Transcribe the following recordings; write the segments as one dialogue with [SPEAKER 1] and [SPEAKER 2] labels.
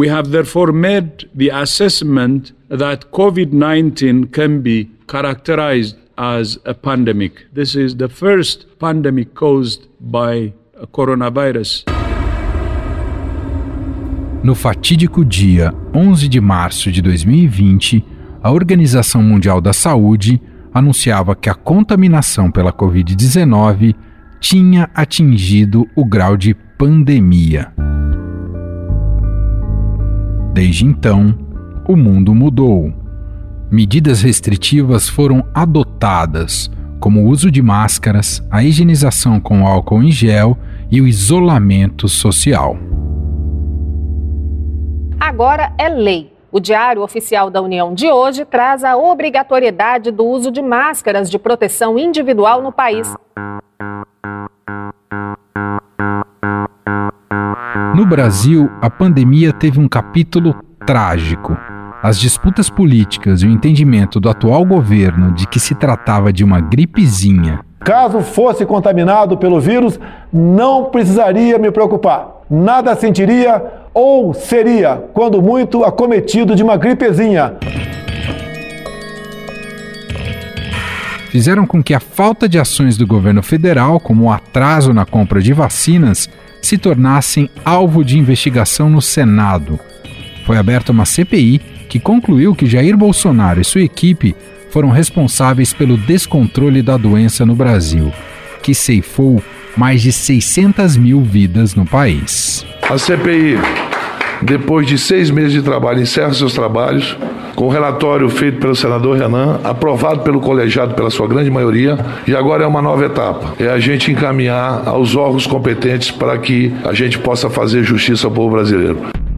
[SPEAKER 1] We have therefore made the assessment that COVID-19 can be characterized as a pandemic. This is the first pandemic caused by coronavirus.
[SPEAKER 2] No fatídico dia 11 de março de 2020, a Organização Mundial da Saúde anunciava que a contaminação pela Covid-19 tinha atingido o grau de pandemia. Desde então, o mundo mudou. Medidas restritivas foram adotadas, como o uso de máscaras, a higienização com álcool em gel e o isolamento social.
[SPEAKER 3] Agora é lei. O Diário Oficial da União de hoje traz a obrigatoriedade do uso de máscaras de proteção individual no país.
[SPEAKER 2] No Brasil, a pandemia teve um capítulo trágico. As disputas políticas e o entendimento do atual governo de que se tratava de uma gripezinha.
[SPEAKER 4] Caso fosse contaminado pelo vírus, não precisaria me preocupar. Nada sentiria ou seria, quando muito, acometido de uma gripezinha.
[SPEAKER 2] Fizeram com que a falta de ações do governo federal, como o atraso na compra de vacinas, se tornassem alvo de investigação no Senado. Foi aberta uma CPI que concluiu que Jair Bolsonaro e sua equipe foram responsáveis pelo descontrole da doença no Brasil, que ceifou mais de 600 mil vidas no país.
[SPEAKER 5] A CPI, depois de 6 meses de trabalho, encerra seus trabalhos com o relatório feito pelo senador Renan, aprovado pelo colegiado pela sua grande maioria, e agora é uma nova etapa. É a gente encaminhar aos órgãos competentes para que a gente possa fazer justiça ao povo brasileiro.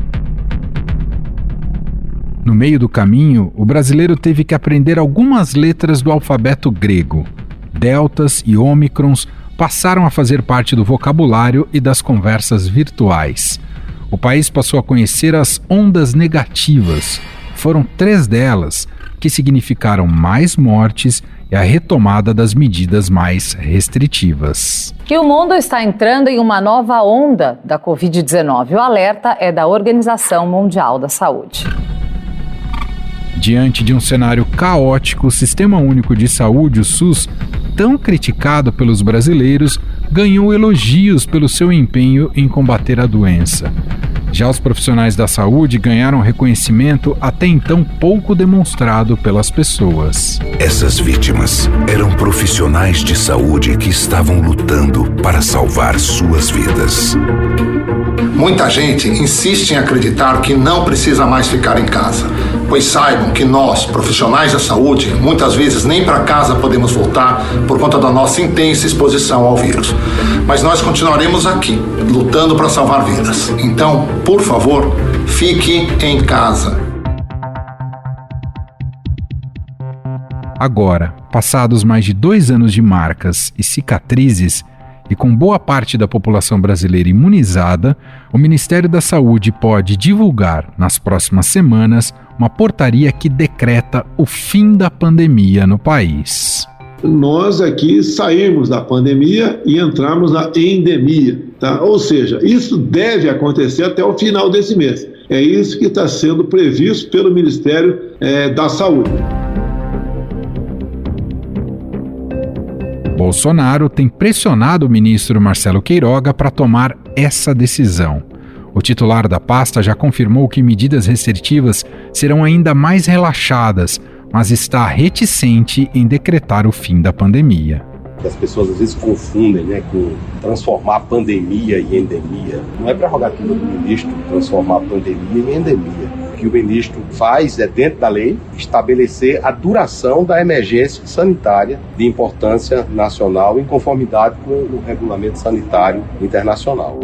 [SPEAKER 2] No meio do caminho, o brasileiro teve que aprender algumas letras do alfabeto grego. Deltas e ômicrons passaram a fazer parte do vocabulário e das conversas virtuais. O país passou a conhecer as ondas negativas. Foram 3 delas que significaram mais mortes e a retomada das medidas mais restritivas.
[SPEAKER 6] Que o mundo está entrando em uma nova onda da Covid-19. O alerta é da Organização Mundial da Saúde.
[SPEAKER 2] Diante de um cenário caótico, o Sistema Único de Saúde, o SUS, tão criticado pelos brasileiros, ganhou elogios pelo seu empenho em combater a doença. Já os profissionais da saúde ganharam reconhecimento até então pouco demonstrado pelas pessoas.
[SPEAKER 7] Essas vítimas eram profissionais de saúde que estavam lutando para salvar suas vidas.
[SPEAKER 8] Muita gente insiste em acreditar que não precisa mais ficar em casa, pois saibam que nós, profissionais da saúde, muitas vezes nem para casa podemos voltar por conta da nossa intensa exposição ao vírus. Mas nós continuaremos aqui, lutando para salvar vidas. Então, por favor, fique em casa.
[SPEAKER 2] Agora, passados mais de 2 anos de marcas e cicatrizes, e com boa parte da população brasileira imunizada, o Ministério da Saúde pode divulgar, nas próximas semanas, uma portaria que decreta o fim da pandemia no país.
[SPEAKER 9] Nós aqui saímos da pandemia e entramos na endemia, tá? Ou seja, isso deve acontecer até o final desse mês. É isso que está sendo previsto pelo Ministério da Saúde.
[SPEAKER 2] Bolsonaro tem pressionado o ministro Marcelo Queiroga para tomar essa decisão. O titular da pasta já confirmou que medidas restritivas serão ainda mais relaxadas, mas está reticente em decretar o fim da pandemia.
[SPEAKER 10] As pessoas às vezes confundem, com transformar pandemia em endemia. Não é prerrogativa do ministro transformar pandemia em endemia. O que o ministro faz é, dentro da lei, estabelecer a duração da emergência sanitária de importância nacional em conformidade com o regulamento sanitário internacional.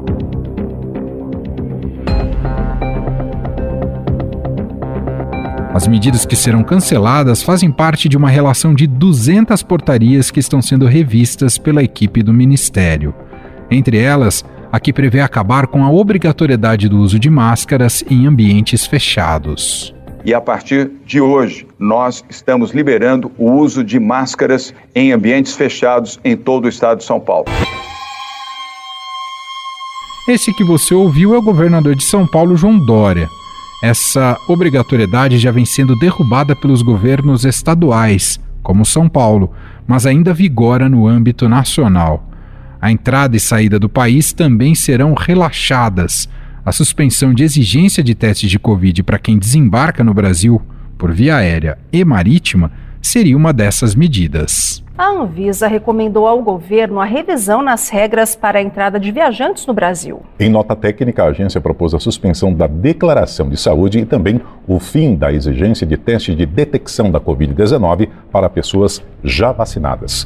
[SPEAKER 2] As medidas que serão canceladas fazem parte de uma relação de 200 portarias que estão sendo revistas pela equipe do Ministério. Entre elas, a que prevê acabar com a obrigatoriedade do uso de máscaras em ambientes fechados.
[SPEAKER 11] E a partir de hoje, nós estamos liberando o uso de máscaras em ambientes fechados em todo o estado de São Paulo.
[SPEAKER 2] Esse que você ouviu é o governador de São Paulo, João Dória. Essa obrigatoriedade já vem sendo derrubada pelos governos estaduais, como São Paulo, mas ainda vigora no âmbito nacional. A entrada e saída do país também serão relaxadas. A suspensão de exigência de testes de Covid para quem desembarca no Brasil por via aérea e marítima seria uma dessas medidas.
[SPEAKER 12] A Anvisa recomendou ao governo a revisão nas regras para a entrada de viajantes no Brasil.
[SPEAKER 13] Em nota técnica, a agência propôs a suspensão da declaração de saúde e também o fim da exigência de teste de detecção da Covid-19 para pessoas já vacinadas.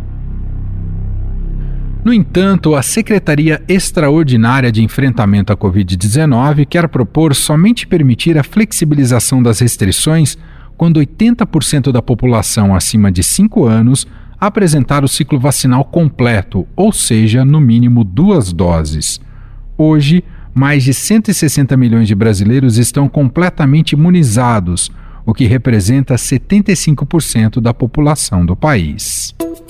[SPEAKER 2] No entanto, a Secretaria Extraordinária de Enfrentamento à Covid-19 quer propor somente permitir a flexibilização das restrições quando 80% da população acima de 5 anos apresentar o ciclo vacinal completo, ou seja, no mínimo 2 doses. Hoje, mais de 160 milhões de brasileiros estão completamente imunizados, o que representa 75% da população do país.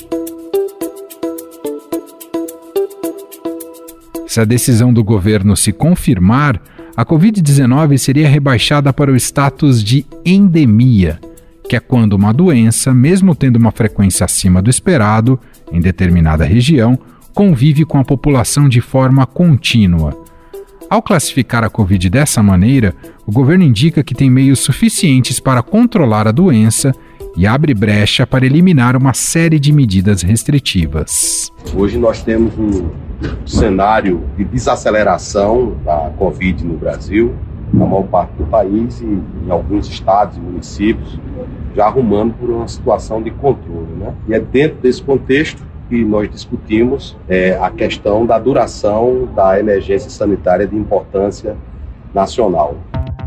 [SPEAKER 2] Se a decisão do governo se confirmar, a Covid-19 seria rebaixada para o status de endemia, que é quando uma doença, mesmo tendo uma frequência acima do esperado, em determinada região, convive com a população de forma contínua. Ao classificar a Covid dessa maneira, o governo indica que tem meios suficientes para controlar a doença e abre brecha para eliminar uma série de medidas restritivas.
[SPEAKER 10] Hoje nós temos um cenário de desaceleração da Covid no Brasil, na maior parte do país e em alguns estados e municípios, já arrumando por uma situação de controle, né? E é dentro desse contexto que nós discutimos a questão da duração da emergência sanitária de importância nacional.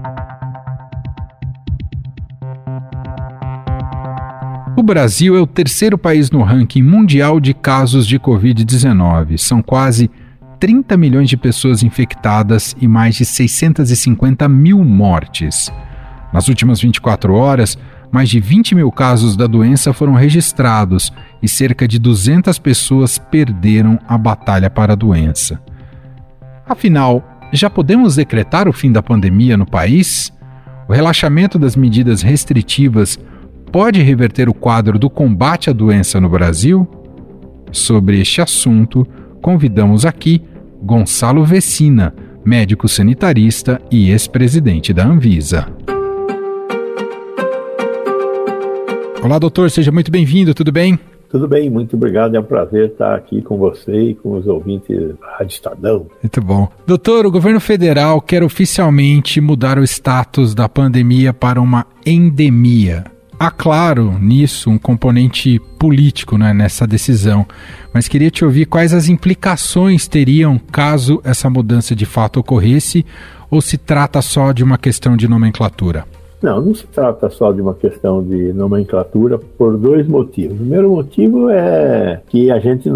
[SPEAKER 2] O Brasil é o terceiro país no ranking mundial de casos de Covid-19. São quase 30 milhões de pessoas infectadas e mais de 650 mil mortes. Nas últimas 24 horas, mais de 20 mil casos da doença foram registrados e cerca de 200 pessoas perderam a batalha para a doença. Afinal, já podemos decretar o fim da pandemia no país? O relaxamento das medidas restritivas pode reverter o quadro do combate à doença no Brasil? Sobre este assunto, convidamos aqui Gonçalo Vecina, médico sanitarista e ex-presidente da Anvisa. Olá, doutor, seja muito bem-vindo, tudo bem?
[SPEAKER 9] Tudo bem, muito obrigado, é um prazer estar aqui com você e com os ouvintes da Rádio Estadão.
[SPEAKER 2] Muito bom. Doutor, o governo federal quer oficialmente mudar o status da pandemia para uma endemia. Há, claro, nisso um componente político, né, nessa decisão, mas queria te ouvir quais as implicações teriam caso essa mudança de fato ocorresse ou se trata só de uma questão de nomenclatura?
[SPEAKER 9] Não se trata só de uma questão de nomenclatura por 2 motivos. O primeiro motivo é que a gente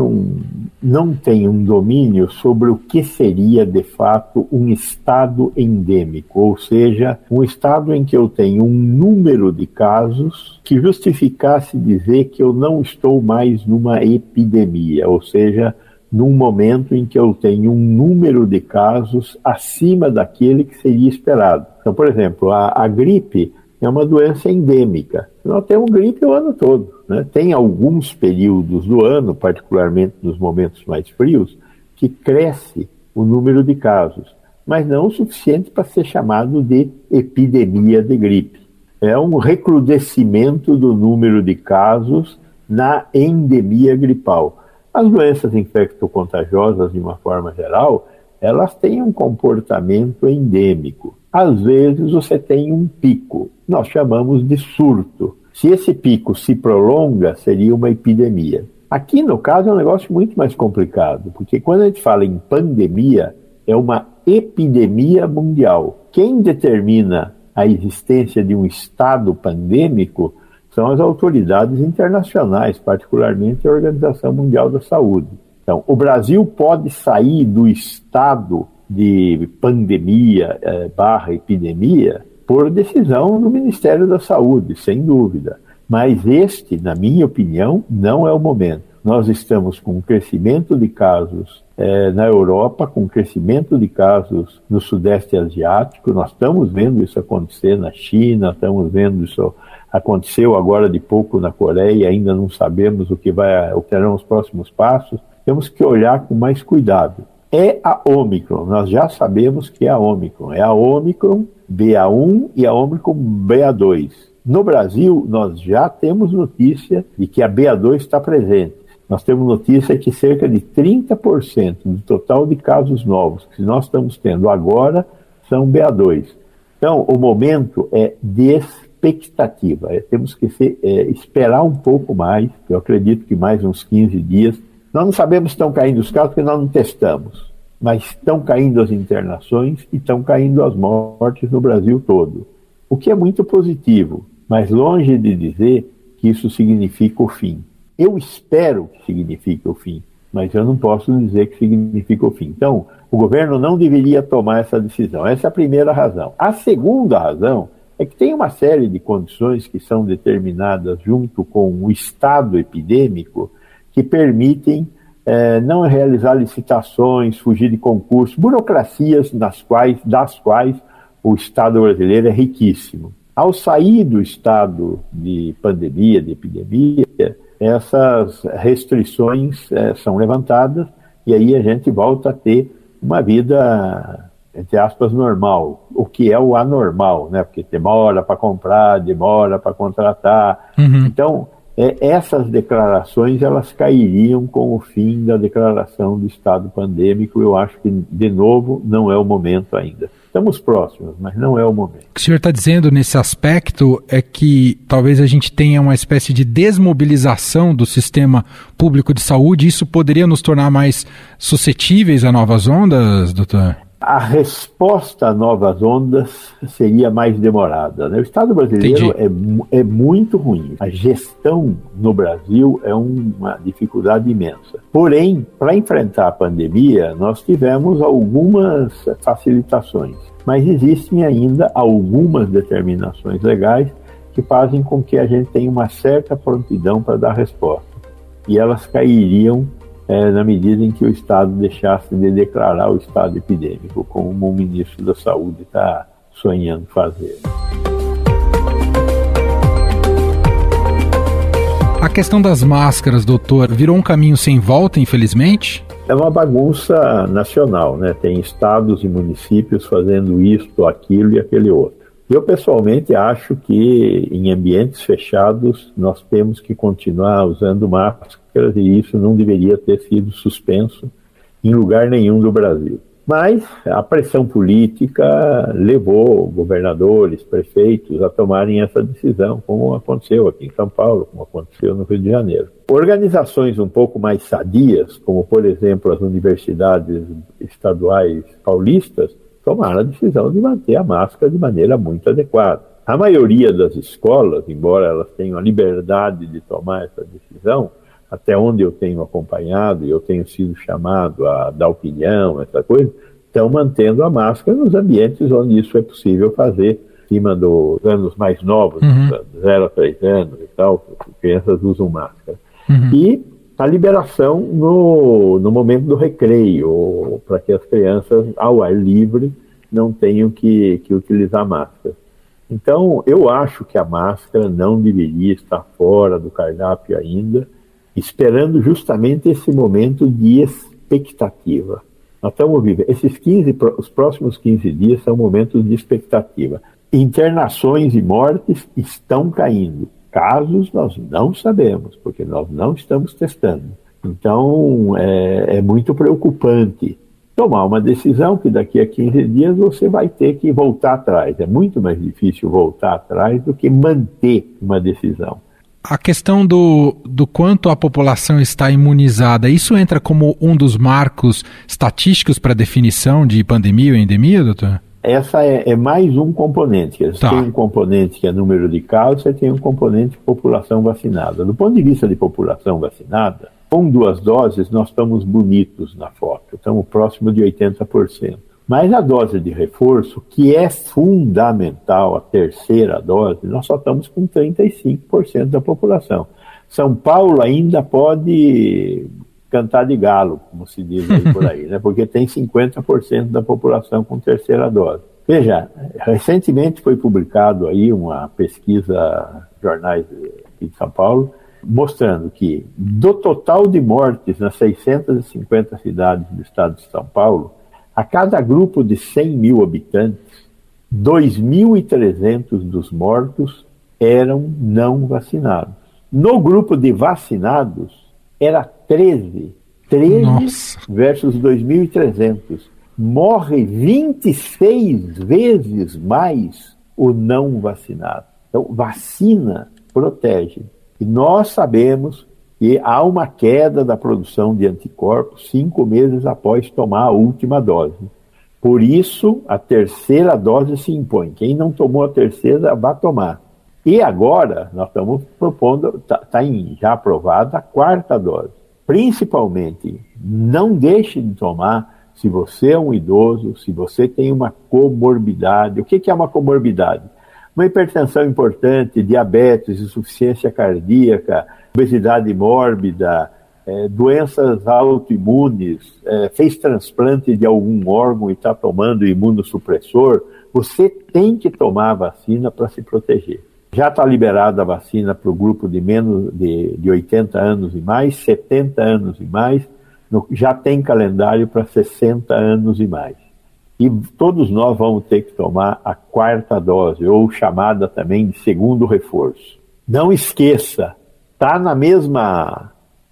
[SPEAKER 9] não tem um domínio sobre o que seria, de fato, um estado endêmico, ou seja, um estado em que eu tenho um número de casos que justificasse dizer que eu não estou mais numa epidemia, ou seja, num momento em que eu tenho um número de casos acima daquele que seria esperado. Então, por exemplo, a gripe é uma doença endêmica. Nós temos gripe o ano todo, né? Tem alguns períodos do ano, particularmente nos momentos mais frios, que cresce o número de casos, mas não o suficiente para ser chamado de epidemia de gripe. É um recrudescimento do número de casos na endemia gripal. As doenças infecto-contagiosas, de uma forma geral, elas têm um comportamento endêmico. Às vezes você tem um pico, nós chamamos de surto. Se esse pico se prolonga, seria uma epidemia. Aqui, no caso, é um negócio muito mais complicado, porque quando a gente fala em pandemia, é uma epidemia mundial. Quem determina a existência de um estado pandêmico são as autoridades internacionais, particularmente a Organização Mundial da Saúde. Então, o Brasil pode sair do estado de pandemia /epidemia por decisão do Ministério da Saúde, sem dúvida. Mas este, na minha opinião, não é o momento.
[SPEAKER 14] nós estamos com um crescimento de casos na Europa, com um crescimento de casos no Sudeste Asiático. Nós estamos vendo isso acontecer na China, estamos vendo isso aconteceu agora de pouco na Coreia, ainda não sabemos o que serão os próximos passos. Temos que olhar com mais cuidado. É a Ômicron, nós já sabemos que é a Ômicron. É a Ômicron BA1 e a Ômicron BA2. No Brasil, nós já temos notícia de que a BA2 está presente. Nós temos notícia que cerca de 30% do total de casos novos que nós estamos tendo agora são BA2. Então, o momento é de expectativa. Temos que esperar um pouco mais, eu acredito que mais uns 15 dias. Nós não sabemos se estão caindo os casos porque nós não testamos, mas estão caindo as internações e estão caindo as mortes no Brasil todo. O que é muito positivo, mas longe de dizer que isso significa o fim. Eu espero que signifique o fim, mas eu não posso dizer que significa o fim. Então, o governo não deveria tomar essa decisão. Essa é a primeira razão. A segunda razão é que tem uma série de condições que são determinadas junto com o estado epidêmico que permitem não realizar licitações, fugir de concursos, burocracias das quais o Estado brasileiro é riquíssimo. Ao sair do estado de pandemia, de epidemia, essas restrições são levantadas e aí a gente volta a ter uma vida, entre aspas, normal, o que é o anormal, né? Porque demora para comprar, demora para contratar. Uhum. Então, essas declarações elas cairiam com o fim da declaração do estado pandêmico. Eu acho que, de novo, não é o momento ainda. Estamos próximos, mas não é o momento.
[SPEAKER 2] O que o senhor está dizendo nesse aspecto é que talvez a gente tenha uma espécie de desmobilização do sistema público de saúde. Isso poderia nos tornar mais suscetíveis a novas ondas, doutor?
[SPEAKER 14] A resposta a novas ondas seria mais demorada, né? O Estado brasileiro é muito ruim. A gestão no Brasil é uma dificuldade imensa. Porém, para enfrentar a pandemia, nós tivemos algumas facilitações. Mas existem ainda algumas determinações legais que fazem com que a gente tenha uma certa prontidão para dar resposta. E elas cairiam na medida em que o Estado deixasse de declarar o estado epidêmico, como o ministro da Saúde está sonhando fazer.
[SPEAKER 2] A questão das máscaras, doutor, virou um caminho sem volta, infelizmente?
[SPEAKER 14] É uma bagunça nacional, né? Tem estados e municípios fazendo isto, aquilo e aquele outro. Eu, pessoalmente, acho que em ambientes fechados nós temos que continuar usando máscaras e isso não deveria ter sido suspenso em lugar nenhum do Brasil. Mas a pressão política levou governadores, prefeitos a tomarem essa decisão, como aconteceu aqui em São Paulo, como aconteceu no Rio de Janeiro. Organizações um pouco mais sadias, como por exemplo as universidades estaduais paulistas, tomaram a decisão de manter a máscara de maneira muito adequada. A maioria das escolas, embora elas tenham a liberdade de tomar essa decisão, até onde eu tenho acompanhado e eu tenho sido chamado a dar opinião, essa coisa, estão mantendo a máscara nos ambientes onde isso é possível fazer, acima dos anos mais novos, 0 a 3 anos e tal, crianças usam máscara. E a liberação no momento do recreio, para que as crianças, ao ar livre, não tenham que utilizar máscara. Então, eu acho que a máscara não deveria estar fora do cardápio ainda, esperando justamente esse momento de expectativa. Nós estamos vivendo, os próximos 15 dias são momentos de expectativa. Internações e mortes estão caindo. Casos nós não sabemos, porque nós não estamos testando. Então, é muito preocupante tomar uma decisão que daqui a 15 dias você vai ter que voltar atrás. É muito mais difícil voltar atrás do que manter uma decisão.
[SPEAKER 2] A questão do quanto a população está imunizada, isso entra como um dos marcos estatísticos para definição de pandemia ou endemia, doutor?
[SPEAKER 14] Essa é mais um componente. Você tem um componente que é número de casos, você tem um componente de população vacinada. Do ponto de vista de população vacinada, com 2 doses nós estamos bonitos na foto, estamos próximo de 80%. Mas a dose de reforço, que é fundamental, a terceira dose, nós só estamos com 35% da população. São Paulo ainda pode cantar de galo, como se diz aí por aí, né? Porque tem 50% da população com terceira dose. Veja, recentemente foi publicado aí uma pesquisa, jornais aqui de São Paulo, mostrando que do total de mortes nas 650 cidades do estado de São Paulo, a cada grupo de 100 mil habitantes, 2.300 dos mortos eram não vacinados. No grupo de vacinados, era 13
[SPEAKER 2] Nossa.
[SPEAKER 14] versus 2.300. Morre 26 vezes mais o não vacinado. Então, vacina protege. E nós sabemos que há uma queda da produção de anticorpos 5 meses após tomar a última dose. Por isso, a terceira dose se impõe. Quem não tomou a terceira, vai tomar. E agora, nós estamos propondo, está já aprovada a quarta dose. Principalmente, não deixe de tomar se você é um idoso, se você tem uma comorbidade. O que é uma comorbidade? Uma hipertensão importante, diabetes, insuficiência cardíaca, obesidade mórbida, doenças autoimunes, fez transplante de algum órgão e está tomando imunossupressor, você tem que tomar a vacina para se proteger. Já está liberada a vacina para o grupo de menos de 80 anos e mais, 70 anos e mais, já tem calendário para 60 anos e mais. E todos nós vamos ter que tomar a quarta dose, ou chamada também de segundo reforço. Não esqueça, está na mesma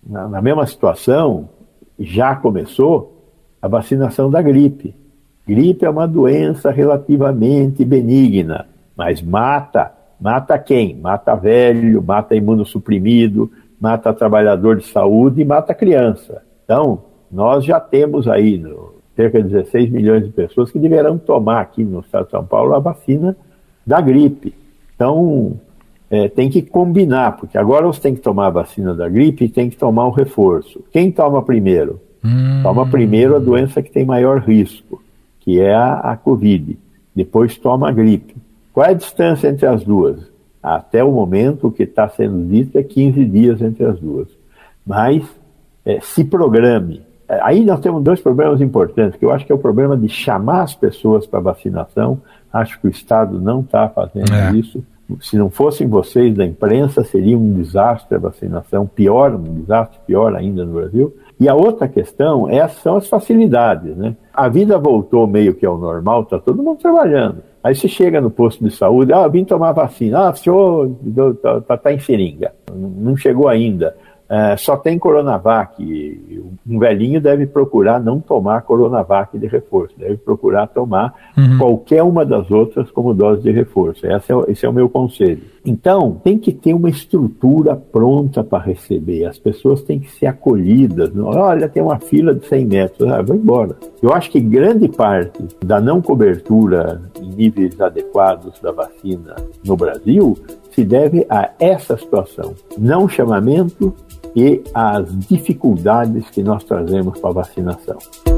[SPEAKER 14] situação, já começou a vacinação da gripe. Gripe é uma doença relativamente benigna, mas mata. Mata quem? Mata velho, mata imunossuprimido, mata trabalhador de saúde e mata criança. Então, nós já temos aí cerca de 16 milhões de pessoas que deverão tomar aqui no estado de São Paulo a vacina da gripe. Então, tem que combinar, porque agora você tem que tomar a vacina da gripe e tem que tomar o reforço. Quem toma primeiro? Toma primeiro a doença que tem maior risco, que é a Covid. Depois toma a gripe. Qual é a distância entre as duas? Até o momento, o que está sendo dito é 15 dias entre as duas. Mas se programe. Aí nós temos 2 problemas importantes, que eu acho que é o problema de chamar as pessoas para vacinação. Acho que o Estado não está fazendo isso. Se não fossem vocês da imprensa, seria um desastre a vacinação, um desastre pior ainda no Brasil. E a outra questão são as facilidades, né? A vida voltou meio que ao normal, está todo mundo trabalhando. Aí você chega no posto de saúde, vim tomar vacina, senhor, está em seringa, não chegou ainda. Só tem Coronavac. Um velhinho deve procurar não tomar Coronavac de reforço, deve procurar tomar qualquer uma das outras como dose de reforço. Esse é o meu conselho. Então, tem que ter uma estrutura pronta para receber. As pessoas têm que ser acolhidas. Olha, tem uma fila de 100 metros, vou embora. Eu acho que grande parte da não cobertura em níveis adequados da vacina no Brasil se deve a essa situação. Não chamamento e as dificuldades que nós trazemos para a vacinação.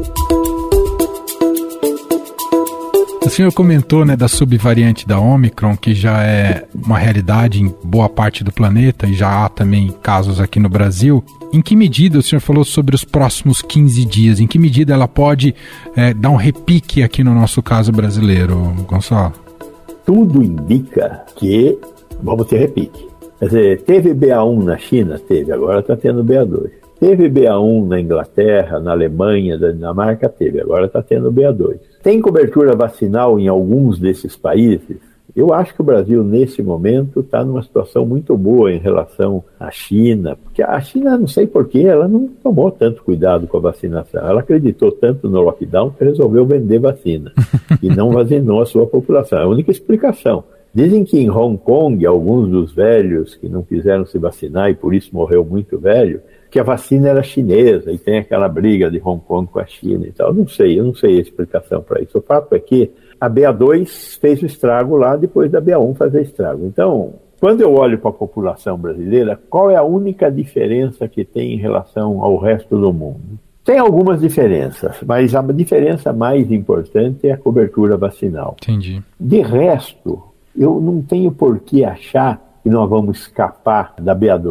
[SPEAKER 2] O senhor comentou, da subvariante da Omicron, que já é uma realidade em boa parte do planeta e já há também casos aqui no Brasil. Em que medida, o senhor falou sobre os próximos 15 dias, em que medida ela pode dar um repique aqui no nosso caso brasileiro, Gonçalo?
[SPEAKER 14] Tudo indica que vamos ter repique. Quer dizer, teve BA1 na China? Teve, agora está tendo BA2. Teve BA1 na Inglaterra, na Alemanha, na Dinamarca? Teve, agora está tendo BA2. Tem cobertura vacinal em alguns desses países? Eu acho que o Brasil, nesse momento, está numa situação muito boa em relação à China, porque a China, não sei porquê, ela não tomou tanto cuidado com a vacinação. Ela acreditou tanto no lockdown que resolveu vender vacina e não vacinou a sua população. É a única explicação. Dizem que em Hong Kong, alguns dos velhos que não quiseram se vacinar e por isso morreu muito velho, que a vacina era chinesa e tem aquela briga de Hong Kong com a China e tal. Eu não sei a explicação para isso. O fato é que a BA2 fez o estrago lá depois da BA1 fazer estrago. Então, quando eu olho para a população brasileira, qual é a única diferença que tem em relação ao resto do mundo? Tem algumas diferenças, mas a diferença mais importante é a cobertura vacinal.
[SPEAKER 2] Entendi.
[SPEAKER 14] De resto, eu não tenho por que achar que nós vamos escapar da BA2.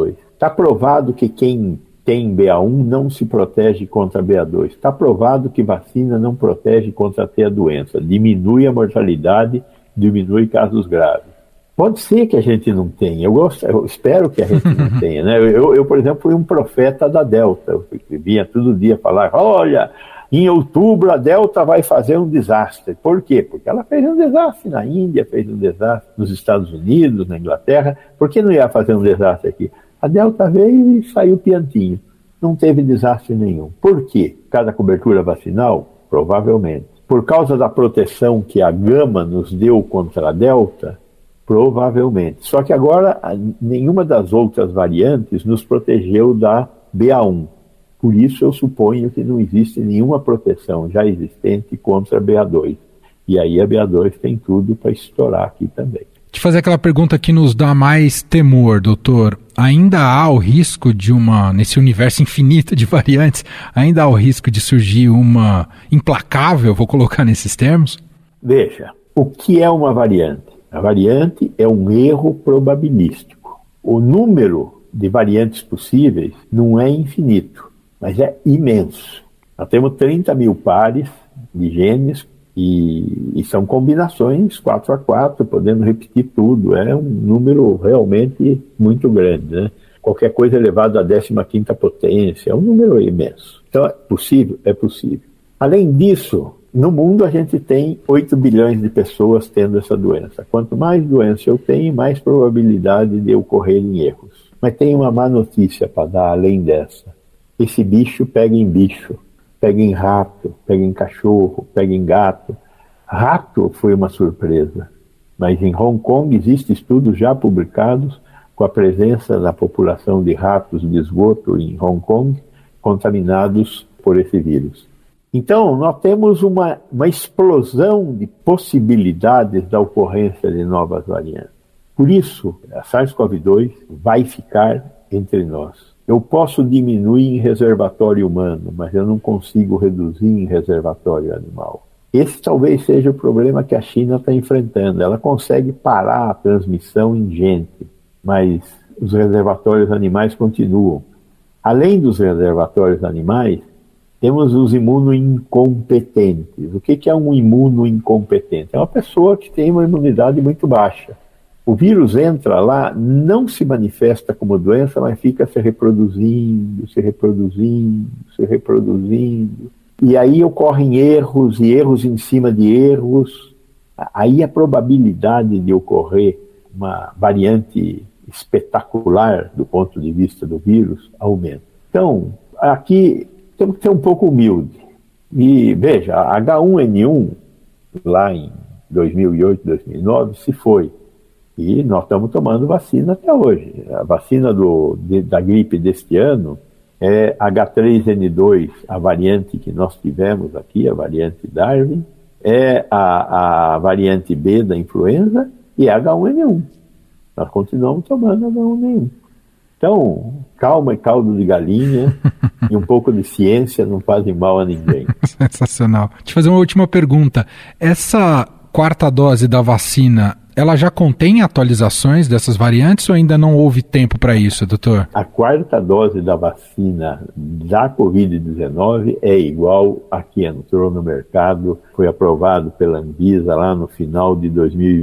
[SPEAKER 14] Está provado que quem tem BA1 não se protege contra BA2. Está provado que vacina não protege contra a doença. Diminui a mortalidade, diminui casos graves. Pode ser que a gente não tenha. Eu espero que a gente não tenha, né? Eu, por exemplo, fui um profeta da Delta. Eu vinha todo dia falar, olha, em outubro a Delta vai fazer um desastre. Por quê? Porque ela fez um desastre na Índia, fez um desastre nos Estados Unidos, na Inglaterra. Por que não ia fazer um desastre aqui? A Delta veio e saiu piantinho. Não teve desastre nenhum. Por quê? Por causa da cobertura vacinal? Provavelmente. Por causa da proteção que a Gama nos deu contra a Delta? Provavelmente. Só que agora nenhuma das outras variantes nos protegeu da BA1. Por isso eu suponho que não existe nenhuma proteção já existente contra a BA2. E aí a BA2 tem tudo para estourar aqui também.
[SPEAKER 2] Te fazer aquela pergunta que nos dá mais temor, doutor. Ainda há o risco de nesse universo infinito de variantes, ainda há o risco de surgir uma implacável, vou colocar nesses termos?
[SPEAKER 14] Veja, o que é uma variante? A variante é um erro probabilístico. O número de variantes possíveis não é infinito, mas é imenso. Nós temos 30 mil pares de genes e são combinações 4x4, podendo repetir tudo. É um número realmente muito grande, né? Qualquer coisa elevado à 15ª potência, é um número imenso. Então, é possível? É possível. Além disso, no mundo a gente tem 8 bilhões de pessoas tendo essa doença. Quanto mais doença eu tenho, mais probabilidade de ocorrerem erros. Mas tem uma má notícia para dar além dessa. Esse bicho pega em bicho. Pega em rato, pega em cachorro, pega em gato. Rato foi uma surpresa, mas em Hong Kong existem estudos já publicados com a presença da população de ratos de esgoto em Hong Kong contaminados por esse vírus. Então, nós temos uma explosão de possibilidades da ocorrência de novas variantes. Por isso, a SARS-CoV-2 vai ficar entre nós. Eu posso diminuir em reservatório humano, mas eu não consigo reduzir em reservatório animal. Esse talvez seja o problema que a China está enfrentando. Ela consegue parar a transmissão em gente, mas os reservatórios animais continuam. Além dos reservatórios animais, temos os imunoincompetentes. O que é um imunoincompetente? É uma pessoa que tem uma imunidade muito baixa. O vírus entra lá, não se manifesta como doença, mas fica se reproduzindo. E aí ocorrem erros e erros em cima de erros. Aí a probabilidade de ocorrer uma variante espetacular do ponto de vista do vírus aumenta. Então, aqui temos que ser um pouco humilde. E veja, a H1N1, lá em 2008, 2009, se foi. E nós estamos tomando vacina até hoje. A vacina da gripe deste ano é H3N2, a variante que nós tivemos aqui, a variante Darwin, é a variante B da influenza e é H1N1. Nós continuamos tomando H1N1. Então, calma e caldo de galinha e um pouco de ciência não fazem mal a ninguém.
[SPEAKER 2] Sensacional. Deixa eu fazer uma última pergunta. Essa quarta dose da vacina, ela já contém atualizações dessas variantes ou ainda não houve tempo para isso, doutor?
[SPEAKER 14] A quarta dose da vacina da Covid-19 é igual a que entrou no mercado, foi aprovado pela Anvisa lá no final de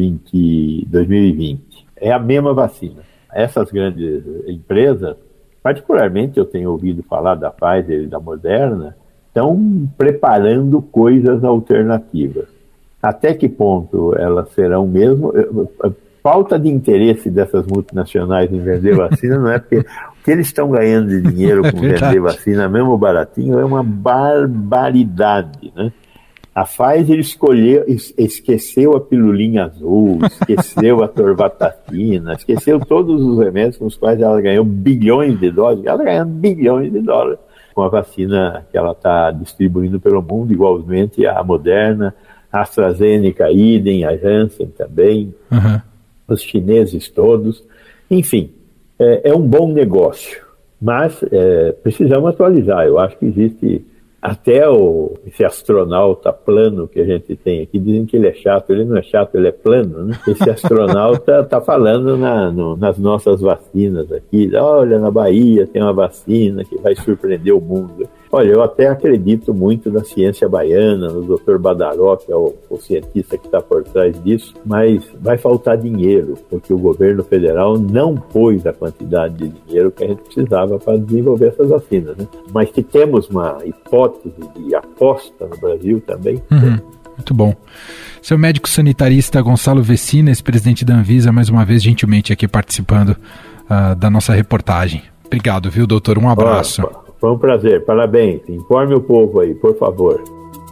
[SPEAKER 14] 2020. É a mesma vacina. Essas grandes empresas, particularmente eu tenho ouvido falar da Pfizer e da Moderna, estão preparando coisas alternativas. Até que ponto elas serão mesmo? Falta de interesse dessas multinacionais em vender vacina não é porque o que eles estão ganhando de dinheiro com vender vacina, mesmo baratinho, é uma barbaridade, né? A Pfizer esqueceu a pilulinha azul, esqueceu a torvastatina, esqueceu todos os remédios com os quais ela ganhou bilhões de dólares. Ela ganhou bilhões de dólares com a vacina que ela está distribuindo pelo mundo, igualmente a Moderna, a AstraZeneca, idem, a Janssen também, os chineses todos. Enfim, é um bom negócio, mas precisamos atualizar. Eu acho que existe Até esse astronauta plano que a gente tem aqui, dizem que ele é chato. Ele não é chato, ele é plano, né? Esse astronauta está falando nas nossas vacinas aqui. Olha, na Bahia tem uma vacina que vai surpreender o mundo. Olha, eu até acredito muito na ciência baiana, no Dr. Badaró, que é o cientista que está por trás disso, mas vai faltar dinheiro, porque o governo federal não pôs a quantidade de dinheiro que a gente precisava para desenvolver essas vacinas, né? Mas que temos uma hipótese de aposta no Brasil também.
[SPEAKER 2] Muito bom. Seu médico sanitarista Gonçalo Vecina, ex-presidente da Anvisa, mais uma vez gentilmente aqui participando da nossa reportagem. Obrigado, viu, doutor? Um abraço.
[SPEAKER 14] Foi um prazer, parabéns. Informe o povo aí, por favor.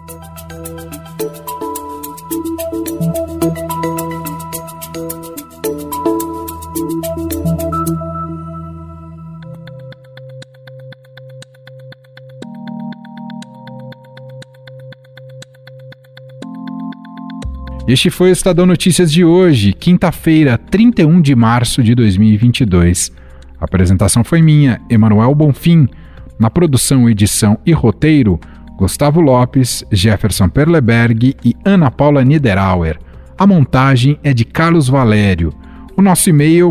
[SPEAKER 2] Este foi o Estadão Notícias de hoje, quinta-feira, 31 de março de 2022. A apresentação foi minha, Emanuel Bonfim. Na produção, edição e roteiro, Gustavo Lopes, Jefferson Perleberg e Ana Paula Niederauer. A montagem é de Carlos Valério. O nosso e-mail,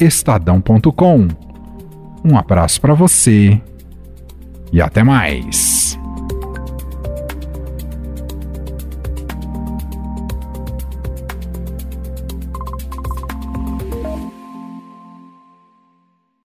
[SPEAKER 2] podcast@estadão.com. Um abraço para você e até mais.